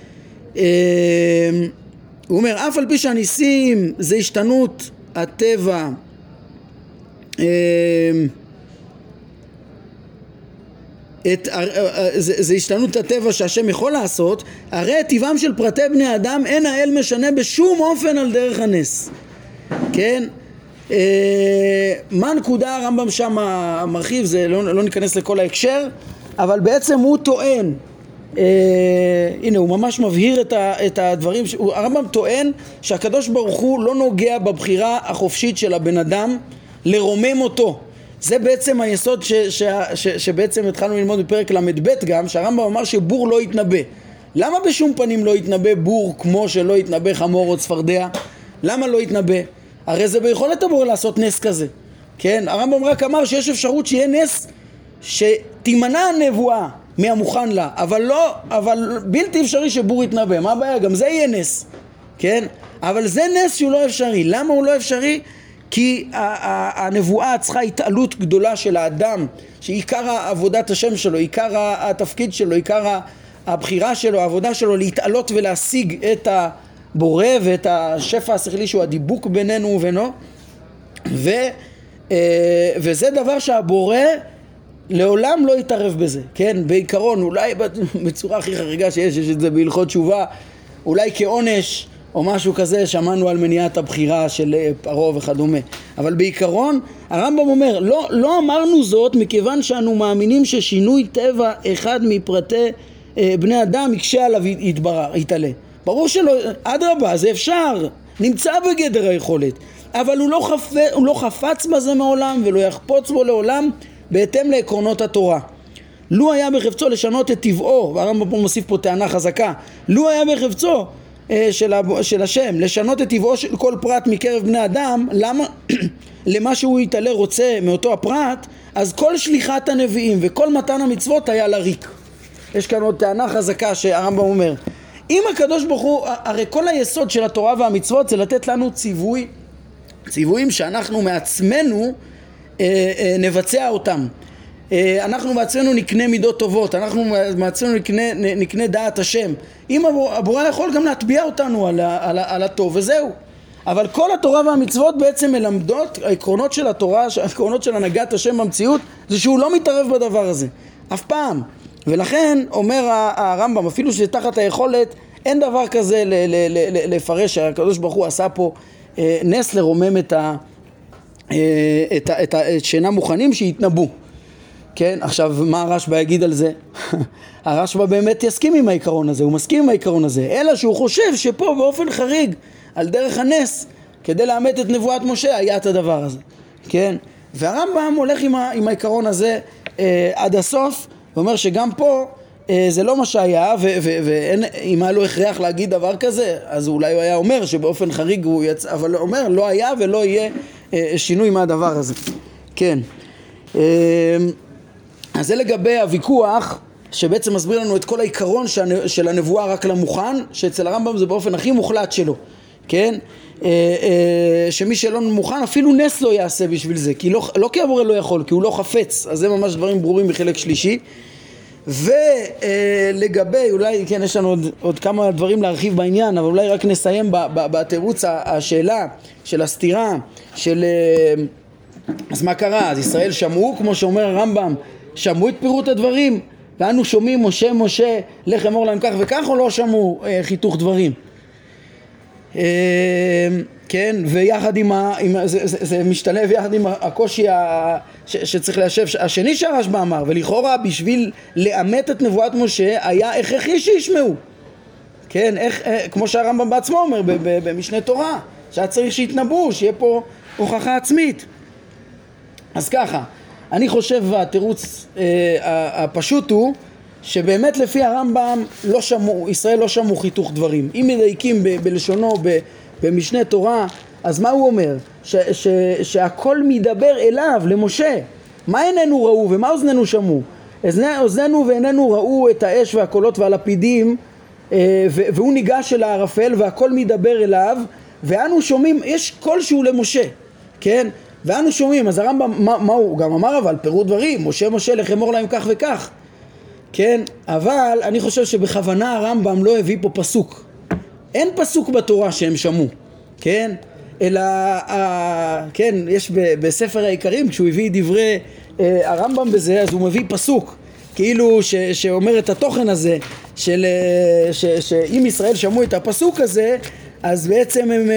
הוא אומר, אף על פי שהניסים זה השתנות הטבע, את, זה, זה השתנות הטבע שהשם יכול לעשות, הרי טבעם של פרטי בני אדם אין האל משנה בשום אופן על דרך הנס. כן? מה הנקודה? הרמב"ם שם מרחיב, זה לא, לא ניכנס לכל ההקשר, אבל בעצם הוא טוען, אה, הנה הוא ממש מבהיר את, ה, את הדברים, הרמב"ם טוען שהקדוש ברוך הוא לא נוגע בבחירה החופשית של הבן אדם לרומם אותו. זה בעצם היסוד ש, ש, ש, שבעצם התחלנו ללמוד בפרק למד ב' גם, שהרמב"ם אמר שבור לא יתנבא. למה בשום פנים לא יתנבא בור כמו שלא יתנבא חמור או צפרדע? למה לא יתנבא? הרי זה ביכולת הבור לעשות נס כזה. כן? הרמב"ם רק אמר שיש אפשרות שיהיה נס שתימנע הנבואה מהמוכן לה, אבל לא, אבל בלתי אפשרי שבור יתנבא. מה הבעיה? גם זה יהיה נס. כן? אבל זה נס שהוא לא אפשרי. למה הוא לא אפשרי? כי הנבואה צריכה התעלות גדולה של האדם, שעיקר עבודת השם שלו, עיקר התפקיד שלו, עיקר הבחירה שלו, העבודה שלו, להתעלות ולהשיג את הבורא ואת השפע השכלי שהוא הדיבוק בינינו ובינו, ו, וזה דבר שהבורא לעולם לא יתערב בזה, כן? בעיקרון, אולי בצורה הכי חריגה שיש, יש את זה בהלכות תשובה, אולי כעונש או משהו כזה, שמענו על מניעת הבחירה של פרעה וכדומה. אבל בעיקרון, הרמב"ם אומר, לא, לא אמרנו זאת מכיוון שאנו מאמינים ששינוי טבע אחד מפרטי אה, בני אדם יקשה עליו יתברר, יתעלה. ברור שלא, אדרבה, זה אפשר, נמצא בגדר היכולת, אבל הוא לא, חפ... הוא לא חפץ בזה מעולם ולא יחפוץ בו לעולם בהתאם לעקרונות התורה. לו היה בחפצו לשנות את טבעו, והרמב"ם פה מוסיף פה טענה חזקה, לו היה בחפצו של, של השם לשנות את טבעו של כל פרט מקרב בני אדם, למה? למה שהוא יתעלה רוצה מאותו הפרט, אז כל שליחת הנביאים וכל מתן המצוות היה לריק. יש כאן עוד טענה חזקה שהרמב"ם אומר, אם הקדוש ברוך הוא, הרי כל היסוד של התורה והמצוות זה לתת לנו ציווי, ציוויים שאנחנו מעצמנו אה, אה, נבצע אותם. אנחנו בעצמנו נקנה מידות טובות, אנחנו בעצמנו נקנה, נקנה דעת השם. אם הבורא יכול גם להטביע אותנו על, על, על הטוב, וזהו. אבל כל התורה והמצוות בעצם מלמדות, העקרונות של התורה, העקרונות של הנהגת השם במציאות, זה שהוא לא מתערב בדבר הזה, אף פעם. ולכן אומר הרמב"ם, אפילו שתחת היכולת, אין דבר כזה ל, ל, ל, ל, לפרש שהקדוש ברוך הוא עשה פה אה, נס לרומם את, ה, אה, את, ה, את, ה, את שאינם מוכנים שיתנבאו. כן, עכשיו מה הרשב"א יגיד על זה? הרשב"א באמת יסכים עם העיקרון הזה, הוא מסכים עם העיקרון הזה, אלא שהוא חושב שפה באופן חריג, על דרך הנס, כדי לאמת את נבואת משה, היה את הדבר הזה. כן, והרמב"ם הולך עם, ה, עם העיקרון הזה אה, עד הסוף, ואומר שגם פה אה, זה לא מה שהיה, ואם היה לו הכרח להגיד דבר כזה, אז אולי הוא היה אומר שבאופן חריג הוא יצא, אבל הוא אומר לא היה ולא יהיה אה, שינוי מהדבר הזה. כן. אה, אז זה לגבי הוויכוח, שבעצם מסביר לנו את כל העיקרון של הנבואה רק למוכן, שאצל הרמב"ם זה באופן הכי מוחלט שלו, כן? שמי שלא מוכן אפילו נס לא יעשה בשביל זה, כי לא, לא כי הבורא לא יכול, כי הוא לא חפץ. אז זה ממש דברים ברורים בחלק שלישי. ולגבי, אולי כן יש לנו עוד, עוד כמה דברים להרחיב בעניין, אבל אולי רק נסיים בתירוץ השאלה של הסתירה של אז מה קרה? אז ישראל שמעו, כמו שאומר הרמב"ם, שמעו את פירוט הדברים, ואנו שומעים משה משה לך אמור להם כך וכך, או לא שמעו אה, חיתוך דברים? אה, כן, ויחד עם, ה, עם זה, זה, זה משתלב יחד עם הקושי ה, ש, שצריך ליישב השני שהרשב"א אמר, ולכאורה בשביל לאמת את נבואת משה היה הכרחי שישמעו, כן, איך, אה, כמו שהרמב"ם בעצמו אומר ב, ב, במשנה תורה, שהיה צריך שיתנבאו, שיהיה פה הוכחה עצמית. אז ככה, אני חושב התירוץ אה, הפשוט הוא שבאמת לפי הרמב"ם לא שמעו, ישראל לא שמעו חיתוך דברים. אם מדייקים ב, בלשונו ב, במשנה תורה, אז מה הוא אומר? ש, ש, שהכל מדבר אליו, למשה. מה עינינו ראו ומה אוזנינו שמעו? אוזנינו ועינינו ראו את האש והקולות והלפידים, אה, ו, והוא ניגש אל הערפל והכל מדבר אליו, ואנו שומעים, יש קול שהוא למשה, כן? ואנו שומעים, אז הרמב"ם, מה, מה הוא גם אמר? אבל פירוט דברים, משה משה לך אמור להם כך וכך, כן? אבל אני חושב שבכוונה הרמב"ם לא הביא פה פסוק. אין פסוק בתורה שהם שמעו, כן? אלא, אה, כן, יש ב, בספר העיקרים, כשהוא הביא דברי אה, הרמב"ם בזה, אז הוא מביא פסוק, כאילו ש, שאומר את התוכן הזה, של, ש, שאם ישראל שמעו את הפסוק הזה, אז בעצם הם...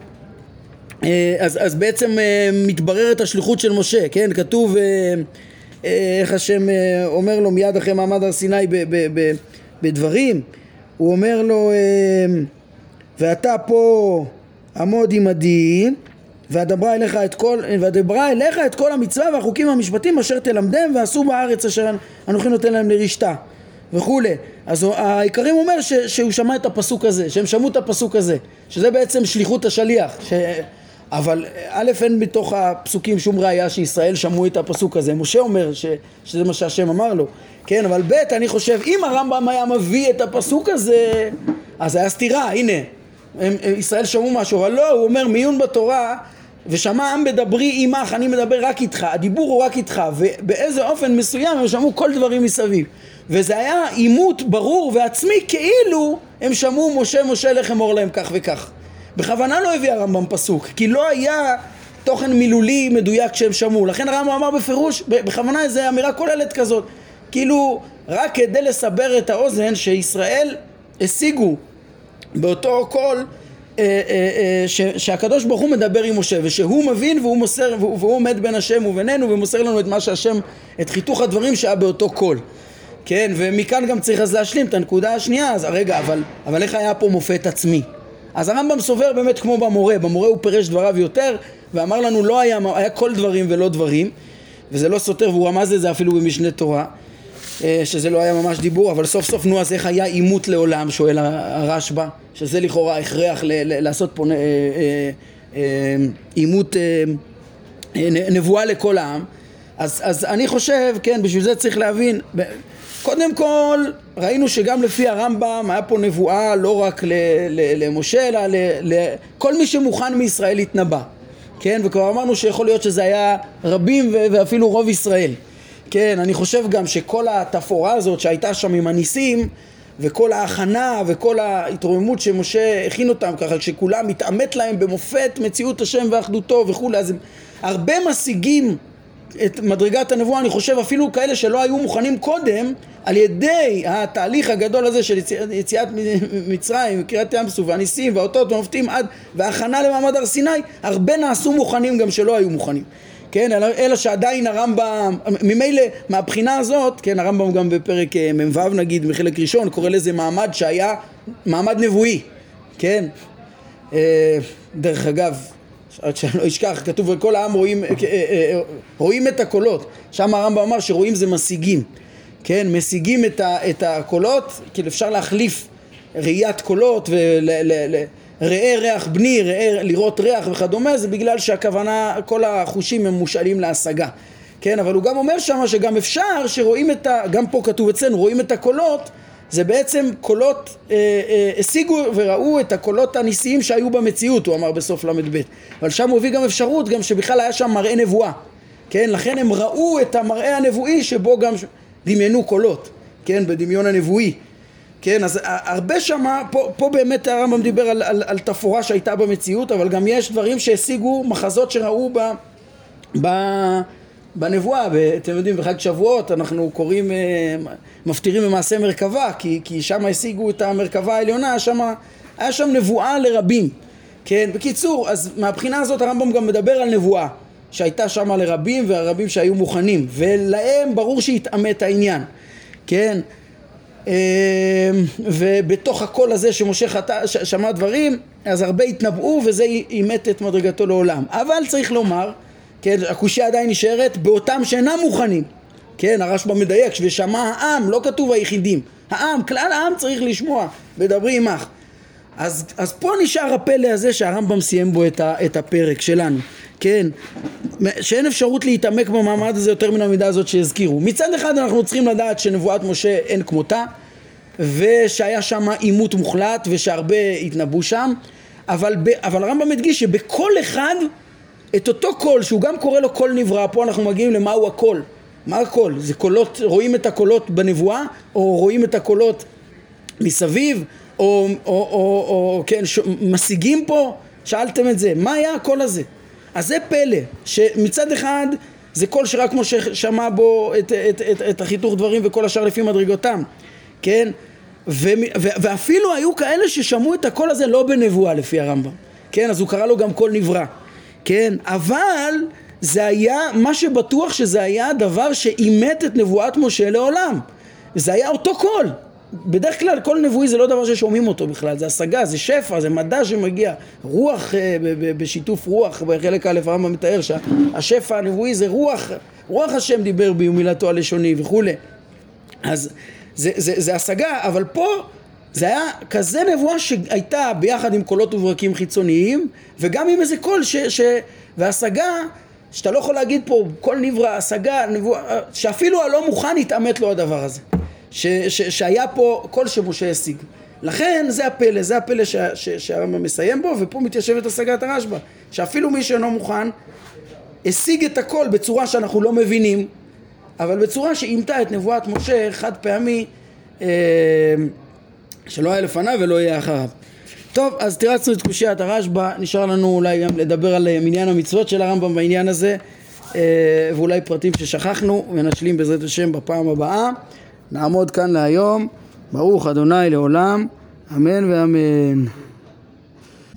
אז, אז בעצם מתבררת השליחות של משה, כן? כתוב איך השם אומר לו מיד אחרי מעמד הר סיני ב, ב, ב, בדברים, הוא אומר לו ואתה פה עמוד עמדי ואדברה אליך את כל, ואדברה אליך את כל המצווה והחוקים והמשפטים אשר תלמדם ועשו בארץ אשר אנוכי נותן להם לרשתה וכולי. אז העיקרים אומר ש, שהוא שמע את הפסוק הזה, שהם שמעו את הפסוק הזה, שזה בעצם שליחות השליח, ש... אבל א' אין בתוך הפסוקים שום ראיה שישראל שמעו את הפסוק הזה. משה אומר ש, שזה מה שהשם אמר לו, כן? אבל ב' אני חושב אם הרמב"ם היה מביא את הפסוק הזה, אז היה סתירה. הנה, הם, ישראל שמעו משהו, אבל לא, הוא אומר מיון בתורה ושמע עם בדברי עמך, אני מדבר רק איתך, הדיבור הוא רק איתך, ובאיזה אופן מסוים הם שמעו כל דברים מסביב, וזה היה עימות ברור ועצמי כאילו הם שמעו משה משה לך אמור להם כך וכך. בכוונה לא הביא הרמב"ם פסוק, כי לא היה תוכן מילולי מדויק שהם שמעו. לכן הרמב"ם אמר בפירוש, בכוונה איזו אמירה כוללת כזאת, כאילו רק כדי לסבר את האוזן שישראל השיגו באותו קול שהקדוש ברוך הוא מדבר עם משה, ושהוא מבין והוא מוסר, והוא עומד בין השם ובינינו ומוסר לנו את מה שהשם, את חיתוך הדברים שהיה באותו קול, כן? ומכאן גם צריך אז להשלים את הנקודה השנייה. אז רגע, אבל, אבל איך היה פה מופת עצמי? אז הרמב"ם סובר באמת כמו במורה, במורה הוא פרש דבריו יותר ואמר לנו לא היה, היה כל דברים ולא דברים, וזה לא סותר, והוא רמז את זה אפילו במשנה תורה, שזה לא היה ממש דיבור, אבל סוף סוף נו אז איך היה אימות לעולם, שואל הרשב"א, שזה לכאורה הכרח ל- ל- לעשות פה אימות נבואה לכל העם. אז, אז אני חושב, כן, בשביל זה צריך להבין, קודם כל ראינו שגם לפי הרמב"ם היה פה נבואה לא רק ל- ל- למשה, אלא לכל מי שמוכן מישראל להתנבא, כן, וכבר אמרנו שיכול להיות שזה היה רבים ו- ואפילו רוב ישראל. כן, אני חושב גם שכל התפאורה הזאת שהייתה שם עם הניסים וכל ההכנה וכל ההתרוממות שמשה הכין אותם ככה שכולם מתאמת להם במופת מציאות השם ואחדותו וכו', אז הרבה משיגים את מדרגת הנבואה, אני חושב אפילו כאלה שלא היו מוכנים קודם, על ידי התהליך הגדול הזה של יציאת מצרים, קריאת ים סוף והניסים והאותות והמופתים עד וההכנה למעמד הר סיני, הרבה נעשו מוכנים גם שלא היו מוכנים, כן, אלא שעדיין הרמב"ם, ממילא מהבחינה הזאת, כן, הרמב"ם גם בפרק מ"ו נגיד, מחלק ראשון, קורא לזה מעמד שהיה מעמד נבואי, כן, דרך אגב, עד שאני לא אשכח, כתוב וכל העם רואים, רואים את הקולות, שם הרמב"ם אמר שרואים זה משיגים, כן, משיגים את, ה, את הקולות, כאילו אפשר להחליף ראיית קולות וראה ריח בני, ראה, לראות ריח וכדומה, זה בגלל שהכוונה, כל החושים הם מושאלים להשגה, כן, אבל הוא גם אומר שם שגם אפשר שרואים את ה... גם פה כתוב אצלנו, רואים את הקולות, זה בעצם קולות, אה, אה, השיגו וראו את הקולות הניסיים שהיו במציאות, הוא אמר בסוף למד ב', אבל שם הוא הביא גם אפשרות, גם שבכלל היה שם מראה נבואה, כן, לכן הם ראו את המראה הנבואי שבו גם דמיינו קולות, כן, בדמיון הנבואי, כן, אז הרבה שמה, פה, פה באמת הרמב"ם דיבר על, על, על תפאורה שהייתה במציאות, אבל גם יש דברים שהשיגו מחזות שראו ב... ב בנבואה, ואתם יודעים, בחג שבועות אנחנו קוראים, מפטירים במעשה מרכבה, כי, כי שם השיגו את המרכבה העליונה, שם, היה שם נבואה לרבים, כן, בקיצור, אז מהבחינה הזאת הרמב"ם גם מדבר על נבואה, שהייתה שם לרבים, והרבים שהיו מוכנים, ולהם ברור שהתאמת העניין, כן, ובתוך הכל הזה שמשה חטא, שמע דברים, אז הרבה התנבאו, וזה אימת את מדרגתו לעולם, אבל צריך לומר, כן, הקושיה עדיין נשארת באותם שאינם מוכנים, כן, הרשב"א מדייק, ושמע העם, לא כתוב היחידים, העם, כלל העם צריך לשמוע, ודברי עמך. אז, אז פה נשאר הפלא הזה שהרמב"ם סיים בו את, ה, את הפרק שלנו, כן, שאין אפשרות להתעמק במעמד הזה יותר מן המידה הזאת שהזכירו. מצד אחד אנחנו צריכים לדעת שנבואת משה אין כמותה, ושהיה שם עימות מוחלט, ושהרבה התנבאו שם, אבל, אבל הרמב"ם מדגיש שבכל אחד, את אותו קול שהוא גם קורא לו קול נברא, פה אנחנו מגיעים למהו הקול, מה הקול? זה קולות, רואים את הקולות בנבואה, או רואים את הקולות מסביב, או, או, או, או כן, ש... משיגים פה, שאלתם את זה, מה היה הקול הזה? אז זה פלא, שמצד אחד זה קול שרק כמו ששמע בו את, את, את, את החיתוך דברים וכל השאר לפי מדרגותם, כן? ו, ו, ואפילו היו כאלה ששמעו את הקול הזה לא בנבואה לפי הרמב"ם, כן? אז הוא קרא לו גם קול נברא, כן? אבל זה היה, מה שבטוח שזה היה דבר שאימת את נבואת משה לעולם, זה היה אותו קול. בדרך כלל כל נבואי זה לא דבר ששומעים אותו בכלל, זה השגה, זה שפע, זה מדע שמגיע, רוח, בשיתוף רוח, בחלק א' הרמב"ם מתאר שהשפע הנבואי זה רוח, רוח השם דיבר ביומילתו הלשוני וכו'. אז זה, זה, זה השגה, אבל פה זה היה כזה נבואה שהייתה ביחד עם קולות וברקים חיצוניים, וגם עם איזה קול ש, ש, והשגה, שאתה לא יכול להגיד פה קול נברא, השגה, נבואה, שאפילו הלא מוכן יתאמת לו הדבר הזה. ש, ש, שהיה פה כל שמשה השיג. לכן זה הפלא, זה הפלא ש, ש, שהרמב"ם מסיים בו, ופה מתיישבת השגת הרשב"א, שאפילו מי שאינו מוכן השיג את הכל בצורה שאנחנו לא מבינים, אבל בצורה שאימתה את נבואת משה חד פעמי, אה, שלא היה לפניו ולא יהיה אחריו. טוב, אז תרצנו את קושיית הרשב"א, נשאר לנו אולי גם לדבר על מניין המצוות של הרמב"ם בעניין הזה, אה, ואולי פרטים ששכחנו, ונשלים בעזרת השם בפעם הבאה. נעמוד כאן להיום, ברוך אדוני לעולם, אמן ואמן.